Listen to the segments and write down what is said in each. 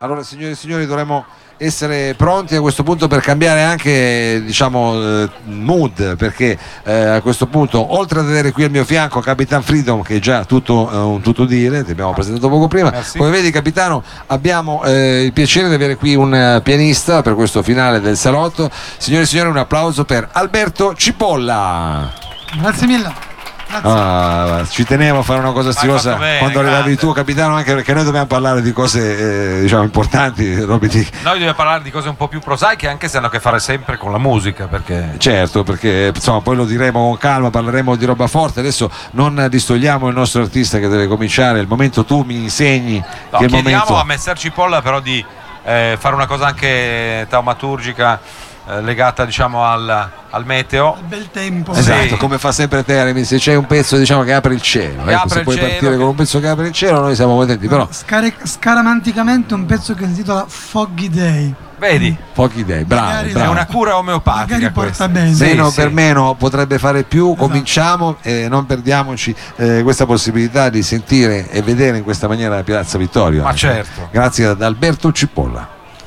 Allora, signore e signori, dovremmo essere pronti a questo punto per cambiare anche, diciamo, mood, perché a questo punto, oltre ad avere qui al mio fianco Capitan Freedom, che è già tutto un tutto dire, ti abbiamo presentato poco prima. Merci. Come vedi, capitano, abbiamo il piacere di avere qui un pianista per questo finale del salotto. Signore e signori, un applauso per Alberto Cipolla. Grazie mille. Ci tenevo a fare una cosa stilosa quando arrivavi grande. tu, capitano, anche perché noi dobbiamo parlare di cose diciamo importanti. Noi dobbiamo parlare di cose un po' più prosaiche, anche se hanno a che fare sempre con la musica, perché Certo, perché insomma poi lo diremo con calma, parleremo di roba forte. Adesso non distogliamo il nostro artista che deve cominciare. Il momento tu mi insegni no, che il chiediamo momento. a Messer Cipolla però di fare una cosa anche taumaturgica legata, diciamo, al meteo. Bel tempo. Esatto, Sì. come fa sempre te, se c'è un pezzo, diciamo, che apre il cielo, Che apre se il puoi cielo, partire che- con un pezzo che apre il cielo, noi siamo contenti, però Scaramanticamente un pezzo che si intitola Foggy Day. Vedi, pochi idee, bravo, Magari è bravo. una cura omeopatica Magari porta questa. bene. Sì, Meno sì. per meno potrebbe fare più. Cominciamo e non perdiamoci questa possibilità di sentire e vedere in questa maniera la Piazza Vittorio. Ma anche. certo. Grazie ad Alberto Cipolla.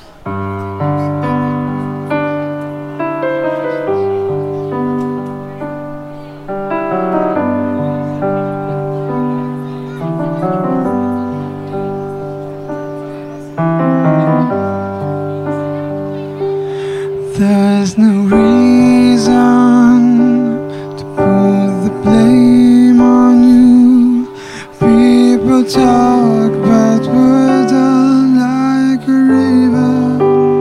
There's no reason to put the blame on you. People talk, but words are like a river.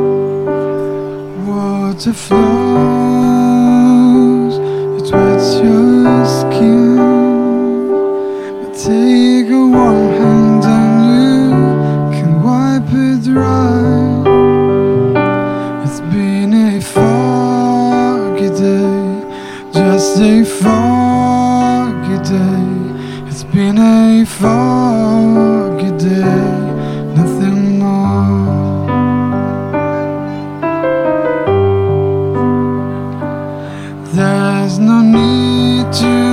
Water flows, it wets your skin. But take a warm hand and you can wipe it dry. It's been a foggy day, just a foggy day. It's been a foggy day, nothing more. There's no need to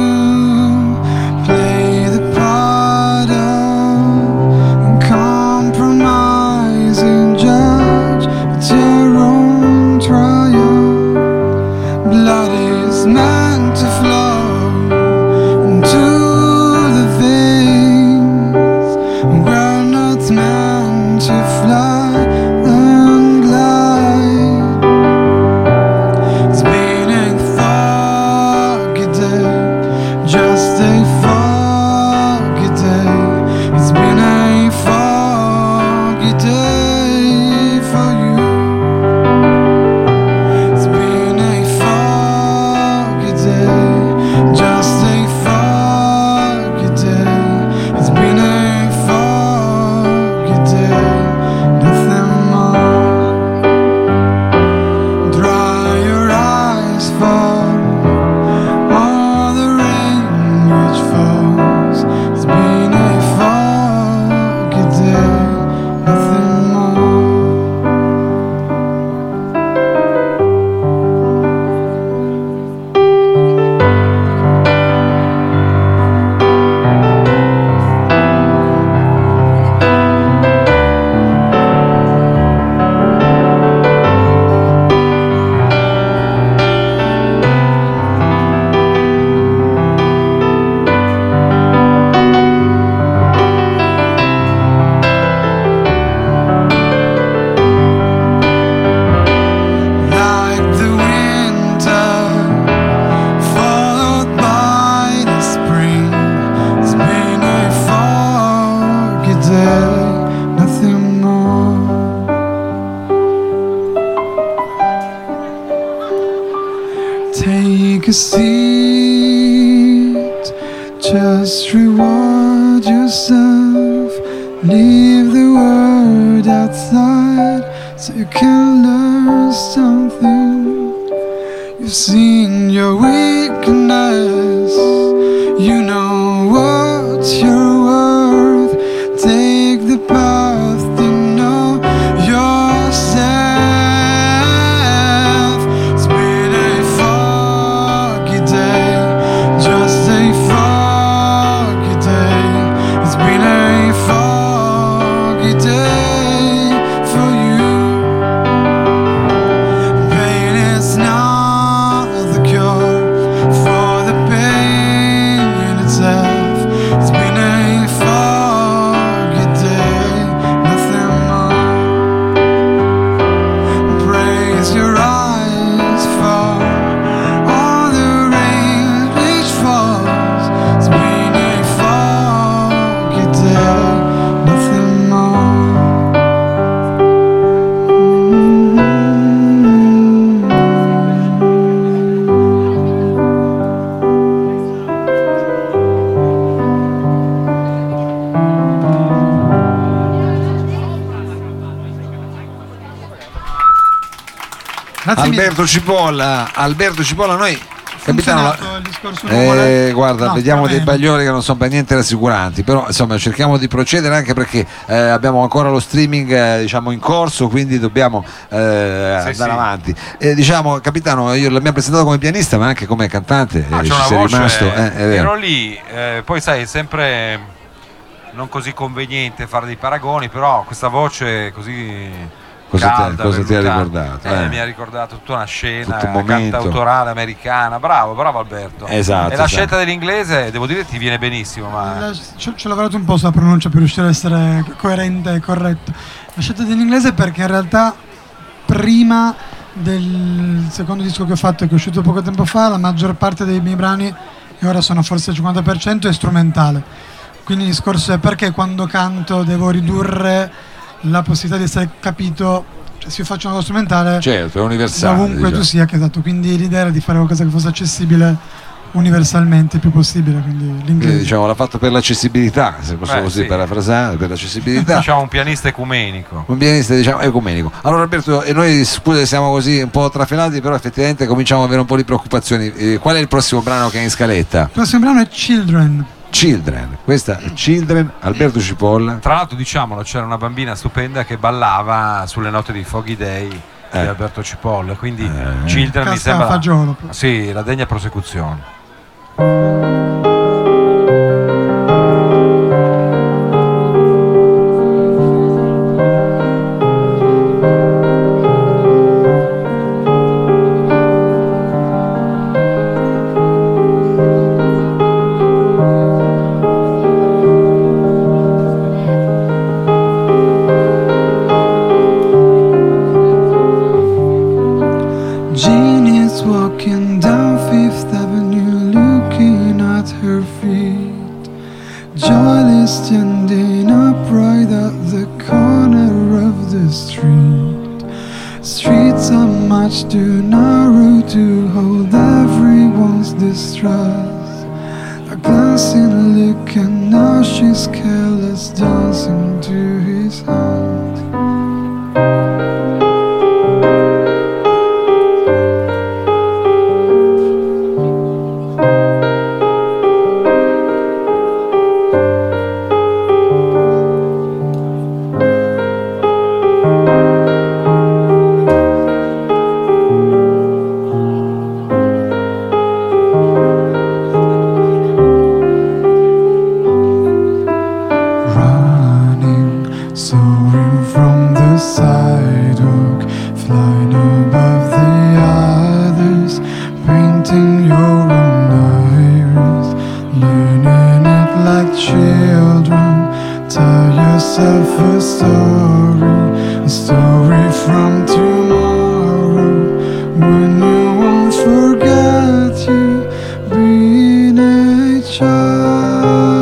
play the part of compromising judge. It's your own trial. Blood is meant to flow into the veins. We're not meant to fly and glide. It's been a foggy day, just a foggy day. It's been a foggy day for you. It's been a foggy day, just a foggy day. It's been a foggy day, nothing more. Dry your eyes for all the rain which falls. It's been a foggy day, nothing more. Like the winter, followed by the spring. It's been a foggy day, nothing more. Take a seat, just reward yourself. Leave the world outside so you can learn something. You've seen your weakness, you know what you're worth. Take the path to know yourself. It's been a foggy day, just a foggy day. It's been a foggy day Grazie mille. Alberto Cipolla, noi capitano, Funzionato il discorso nuvole? guarda, No, vediamo va dei bene. bagliori che non sono per niente rassicuranti, però insomma cerchiamo di procedere anche perché abbiamo ancora lo streaming diciamo in corso, quindi dobbiamo andare sì. avanti. Diciamo, capitano, io l'abbiamo presentato come pianista ma anche come cantante, C'è ci una sei voce, rimasto, è vero. ero lì, poi sai, è sempre non così conveniente fare dei paragoni, però questa voce così calda, Cosa ti ha velluta, ricordato? mi ha ricordato tutta una scena, Tutto un momento. cantautorale americana. Bravo Alberto. Esatto, E la esatto. scelta dell'inglese, devo dire, ti viene benissimo, ma Ci ho lavorato un po' sulla pronuncia per riuscire a essere coerente e corretto. La scelta dell'inglese perché in realtà prima del secondo disco che ho fatto, che è uscito poco tempo fa, la maggior parte dei miei brani, e ora sono forse il 50%, è strumentale. Quindi il discorso è perché quando canto devo ridurre la possibilità di essere capito, cioè se io faccio una cosa strumentale Certo, è universale. ovunque diciamo. tu sia, che esatto, quindi l'idea era di fare qualcosa che fosse accessibile universalmente il più possibile, quindi Quindi, l'inglese. diciamo, l'ha fatto per l'accessibilità, se posso Beh, così sì. parafrasare, per l'accessibilità. facciamo un pianista ecumenico. Un pianista diciamo ecumenico. Allora Alberto, e noi scusa siamo così un po' trafelati, però effettivamente cominciamo ad avere un po' di preoccupazioni. Qual è il prossimo brano che è in scaletta? Il prossimo brano è Children. Children, questa è Children, Alberto Cipolla. Tra l'altro, diciamolo, c'era una bambina stupenda che ballava sulle note di Foggy Day di Alberto Cipolla, quindi Children mi Casca sembra fagiolo. sì, la degna prosecuzione. Jean is walking down Fifth Avenue, looking at her feet. Joel is standing upright at the corner of the street. Streets are much too narrow to hold everyone's distrust. A glancing look and now she's careless, dancing to his hand. Running, soaring from the sidewalk, flying above the others, painting your own iris, learning it like children. Tell yourself a story from tomorrow, when you won't forget you being a child.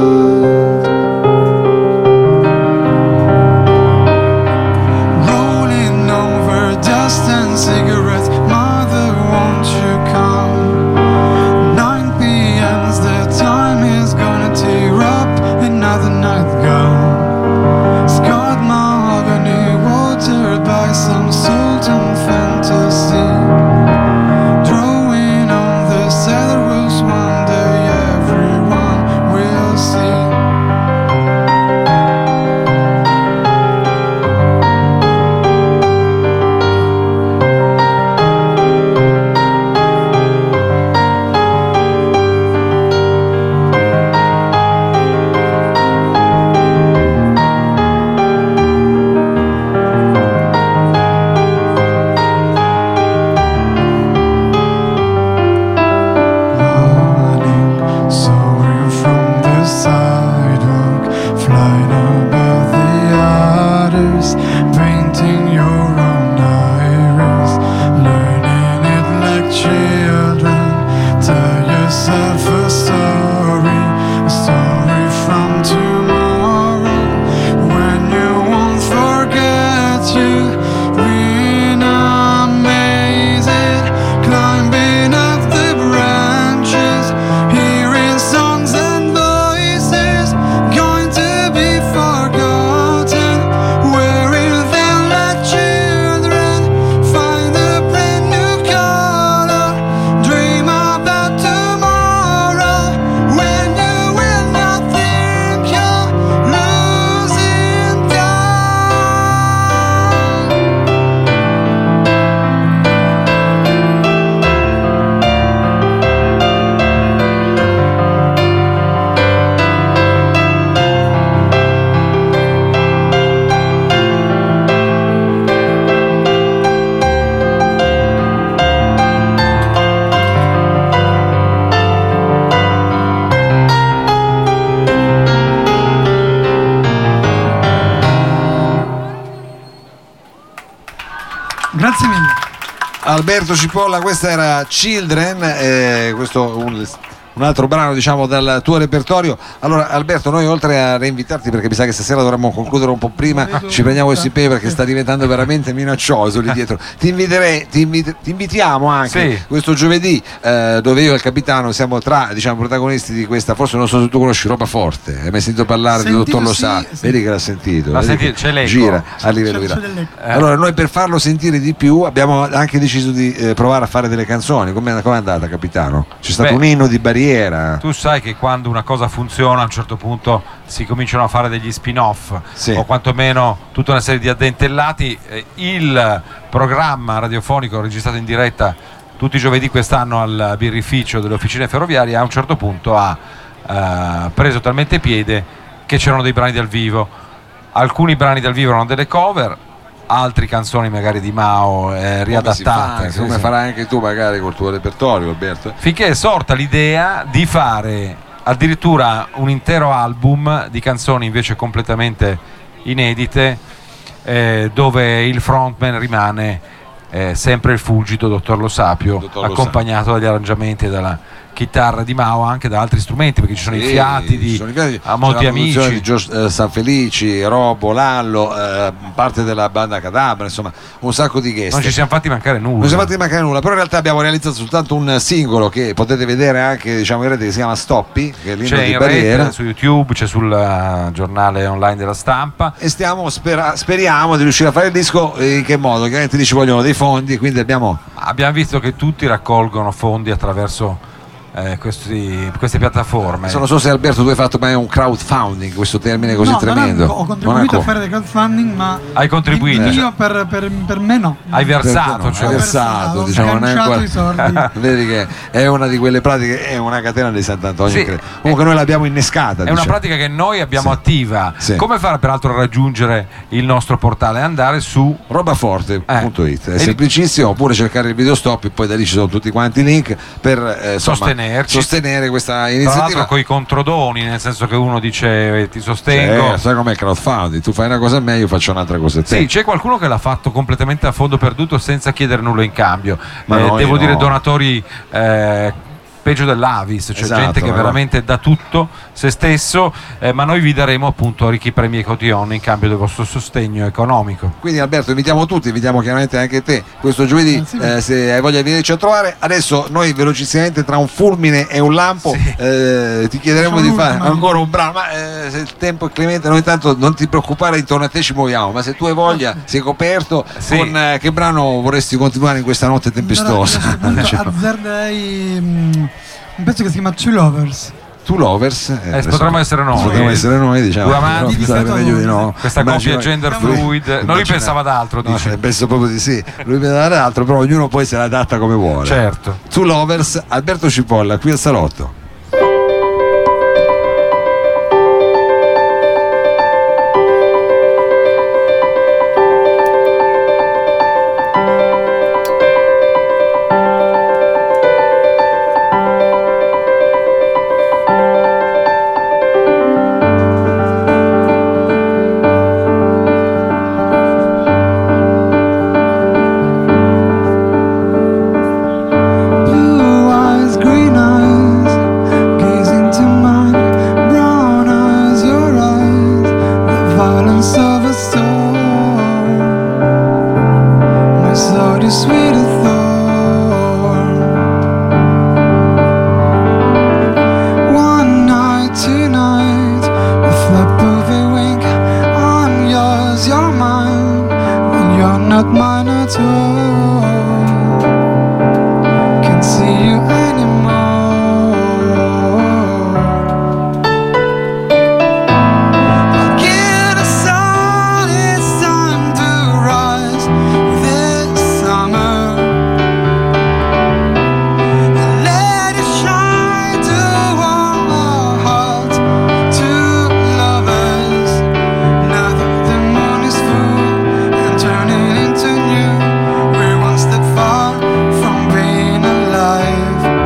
Grazie mille. Alberto Cipolla, questa era Children, questo un altro brano diciamo dal tuo repertorio. Allora Alberto, noi oltre a reinvitarti, perché mi sa che stasera dovremmo concludere un po' prima, ci prendiamo questo impegno perché sta diventando veramente minaccioso lì dietro, ti invitiamo anche sì, questo giovedì, dove io e il capitano siamo tra diciamo protagonisti di questa, forse non so se tu conosci Roba Forte, hai mai sentito parlare di Dottor Lo Sa? Sì. Vedi che l'ha sentito, c'è l'eco. gira a livello C'è virale. Allora noi per farlo sentire di più abbiamo anche deciso di provare a fare delle canzoni. Com'è andata, capitano? C'è stato un inno di barriera. Tu sai che quando una cosa funziona a un certo punto si cominciano a fare degli spin-off, sì, o quantomeno tutta una serie di addentellati. Il programma radiofonico registrato in diretta tutti i giovedì quest'anno al birrificio delle officine ferroviarie a un certo punto ha preso talmente piede che c'erano dei brani dal vivo. Alcuni brani dal vivo erano delle cover, altre canzoni magari di Mao riadattate, come farai anche tu magari col tuo repertorio, Alberto. Finché è sorta l'idea di fare addirittura un intero album di canzoni invece completamente inedite, dove il frontman rimane sempre il fulgido Dottor Lo Sapio, accompagnato dagli arrangiamenti e dalla chitarra di Mao, anche da altri strumenti, perché ci sono i fiati a molti amici di Gio Sanfelici, Robo, Lallo, parte della banda Cadabra, insomma un sacco di guest. Non ci siamo fatti mancare nulla. Non ci siamo fatti mancare nulla, però in realtà abbiamo realizzato soltanto un singolo che potete vedere anche diciamo in rete, che si chiama Stoppi, che è l'inno c'è di in barriera rete, su YouTube, c'è sul giornale online della Stampa, e speriamo di riuscire a fare il disco. In che modo? Chiaramente ci vogliono dei fondi, quindi abbiamo visto che tutti raccolgono fondi attraverso queste piattaforme. Non so se Alberto tu hai fatto mai un crowdfunding, questo termine così tremendo. Ho contribuito a fare del crowdfunding, ma hai contribuito? Io per me no. Hai versato, hai versato, diciamo, non è ancora... i soldi. Vedi che è una di quelle pratiche, è una catena di Sant'Antonio. Sì. Comunque noi l'abbiamo innescata. È una pratica che noi abbiamo attiva. Sì. Come fare peraltro a raggiungere il nostro portale? Andare su robaforte.it, è semplicissimo, oppure cercare il video stop e poi da lì ci sono tutti quanti i link per sostenere questa iniziativa. Tra l'altro coi controdoni, nel senso che uno dice ti sostengo. Sai com'è il crowdfunding? Tu fai una cosa a me, io faccio un'altra cosa a te. Sì, c'è qualcuno che l'ha fatto completamente a fondo perduto senza chiedere nulla in cambio. Devo dire donatori peggio dell'Avis, cioè gente che veramente dà tutto se stesso, ma noi vi daremo appunto ricchi premi e cotillon in cambio del vostro sostegno economico. Quindi Alberto, invitiamo tutti, invitiamo chiaramente anche te questo giovedì, se hai voglia di venirci a trovare. Adesso noi velocissimamente, tra un fulmine e un lampo, ti chiederemo di fare ancora un brano, ma se il tempo è clemente noi tanto non ti preoccupare, intorno a te ci muoviamo, ma se tu hai voglia, sei coperto, con che brano vorresti continuare in questa notte tempestosa? Azzarderei un pezzo che si chiama Two Lovers. Two Lovers, potremmo essere noi, diciamo. Due amanti, meglio di no. Questa coppia gender fluid. Non lui pensava ad altro, dice. Penso proprio di sì. Lui pensava ad altro, però ognuno poi se la adatta come vuole. Certo. Two Lovers, Alberto Cipolla qui al salotto. Turning into new, we're one step far from being alive.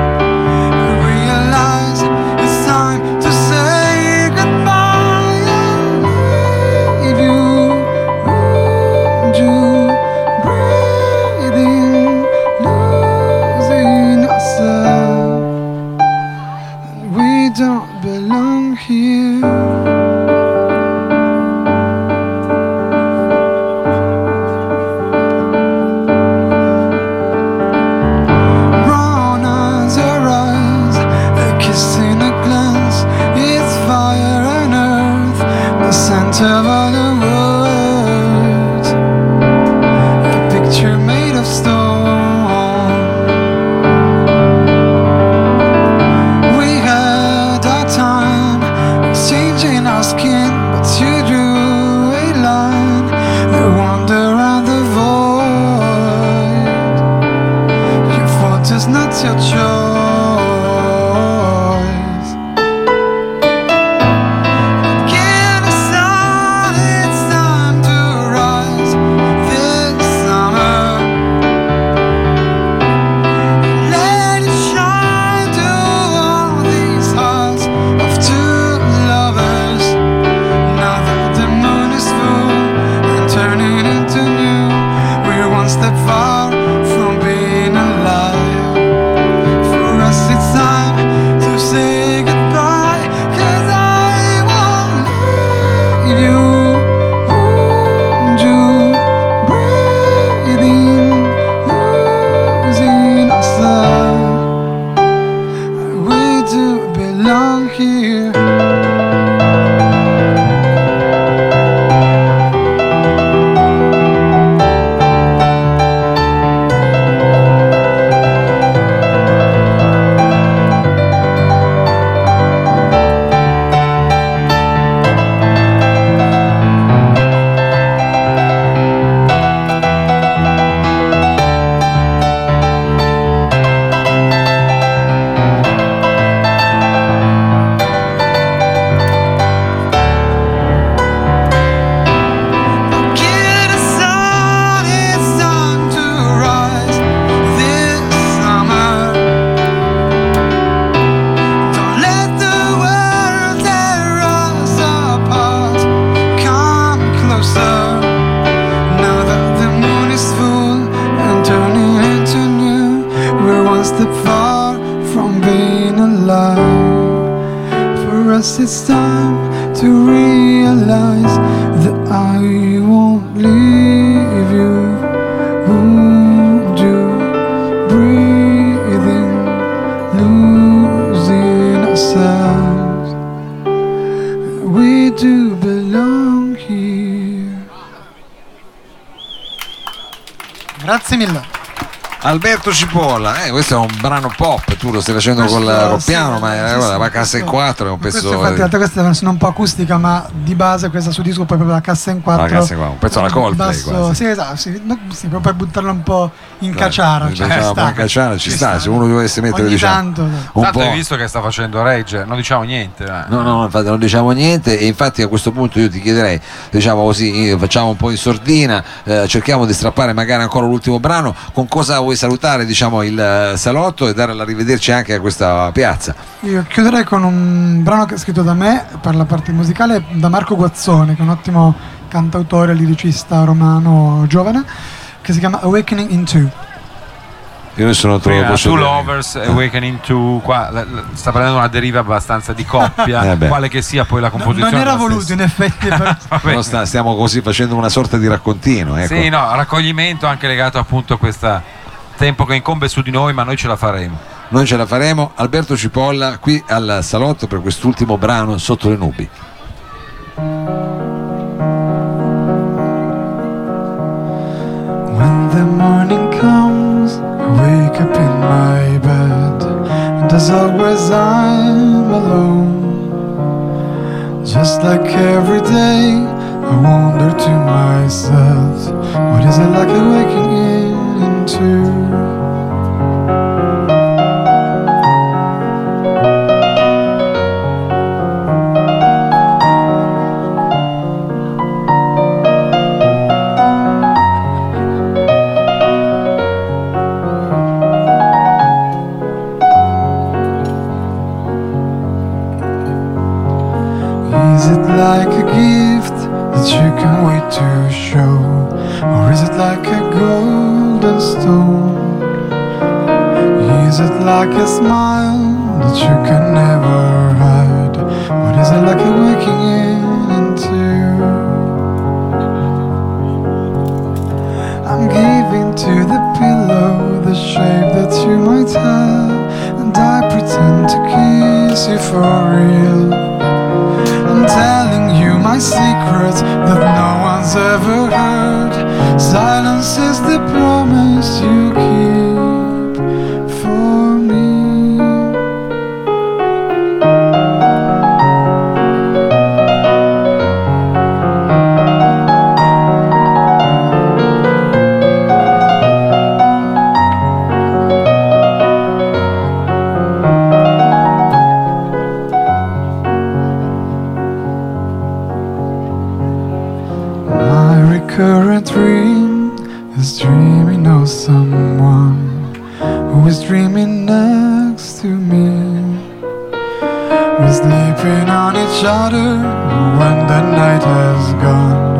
one step far from being alive. For us it's time to say goodbye, 'cause I won't leave you. Won't you breathing, losing ourselves? We do belong here. It's time to realize that I won't leave you. Would you breathing, losing ourselves? We do belong here. Grazie mille. Alberto Cipolla, questo è un brano pop, tu lo stai facendo col piano, ma la cassa in 4 è un pezzo. Infatti, in realtà questa è una versione un po' acustica, ma di base questa su disco poi proprio la cassa in 4. La cassa in 4, un pezzo alla Coldplay quasi. Sì, esatto, sì, proprio per buttarla un po' in cacciara. In cacciara ci sta, se uno dovesse mettere ogni diciamo tanto, un po'. Hai visto che sta facendo Regge, non diciamo niente. No, infatti non diciamo niente, e infatti a questo punto io ti chiederei, diciamo così, facciamo un po' in sordina, cerchiamo di strappare magari ancora l'ultimo brano. Con cosa vuoi salutare, diciamo, il salotto e dare l'arrivederci anche a questa piazza? Io chiuderei con un brano che è scritto da me per la parte musicale, da Marco Guazzone, che è un ottimo cantautore, liricista romano giovane, che si chiama Awakening in Two. Io nessuno trovo Two Lovers, Awakening Two, qua sta prendendo una deriva abbastanza di coppia, quale che sia poi la composizione. Non era voluto in effetti, però stiamo così facendo una sorta di raccontino, ecco. Sì, no, raccoglimento anche legato appunto a questo tempo che incombe su di noi, ma noi ce la faremo. Noi ce la faremo. Alberto Cipolla qui al salotto per quest'ultimo brano, Sotto le nubi. When the morning comes, I wake up in my bed, and as always I'm alone. Just like every day, I wonder to myself, what is it like awakening into? Is it like a gift that you can wait to show? Or is it like a golden stone? Is it like a smile that you can never hide? What is it like awakening into? I'm giving to the pillow the shape that you might have, and I pretend to kiss you for real. I'm telling you my secrets that no one's ever heard. Silence is the promise you keep for me. Current dream is dreaming of someone who is dreaming next to me. We're sleeping on each other when the night has gone.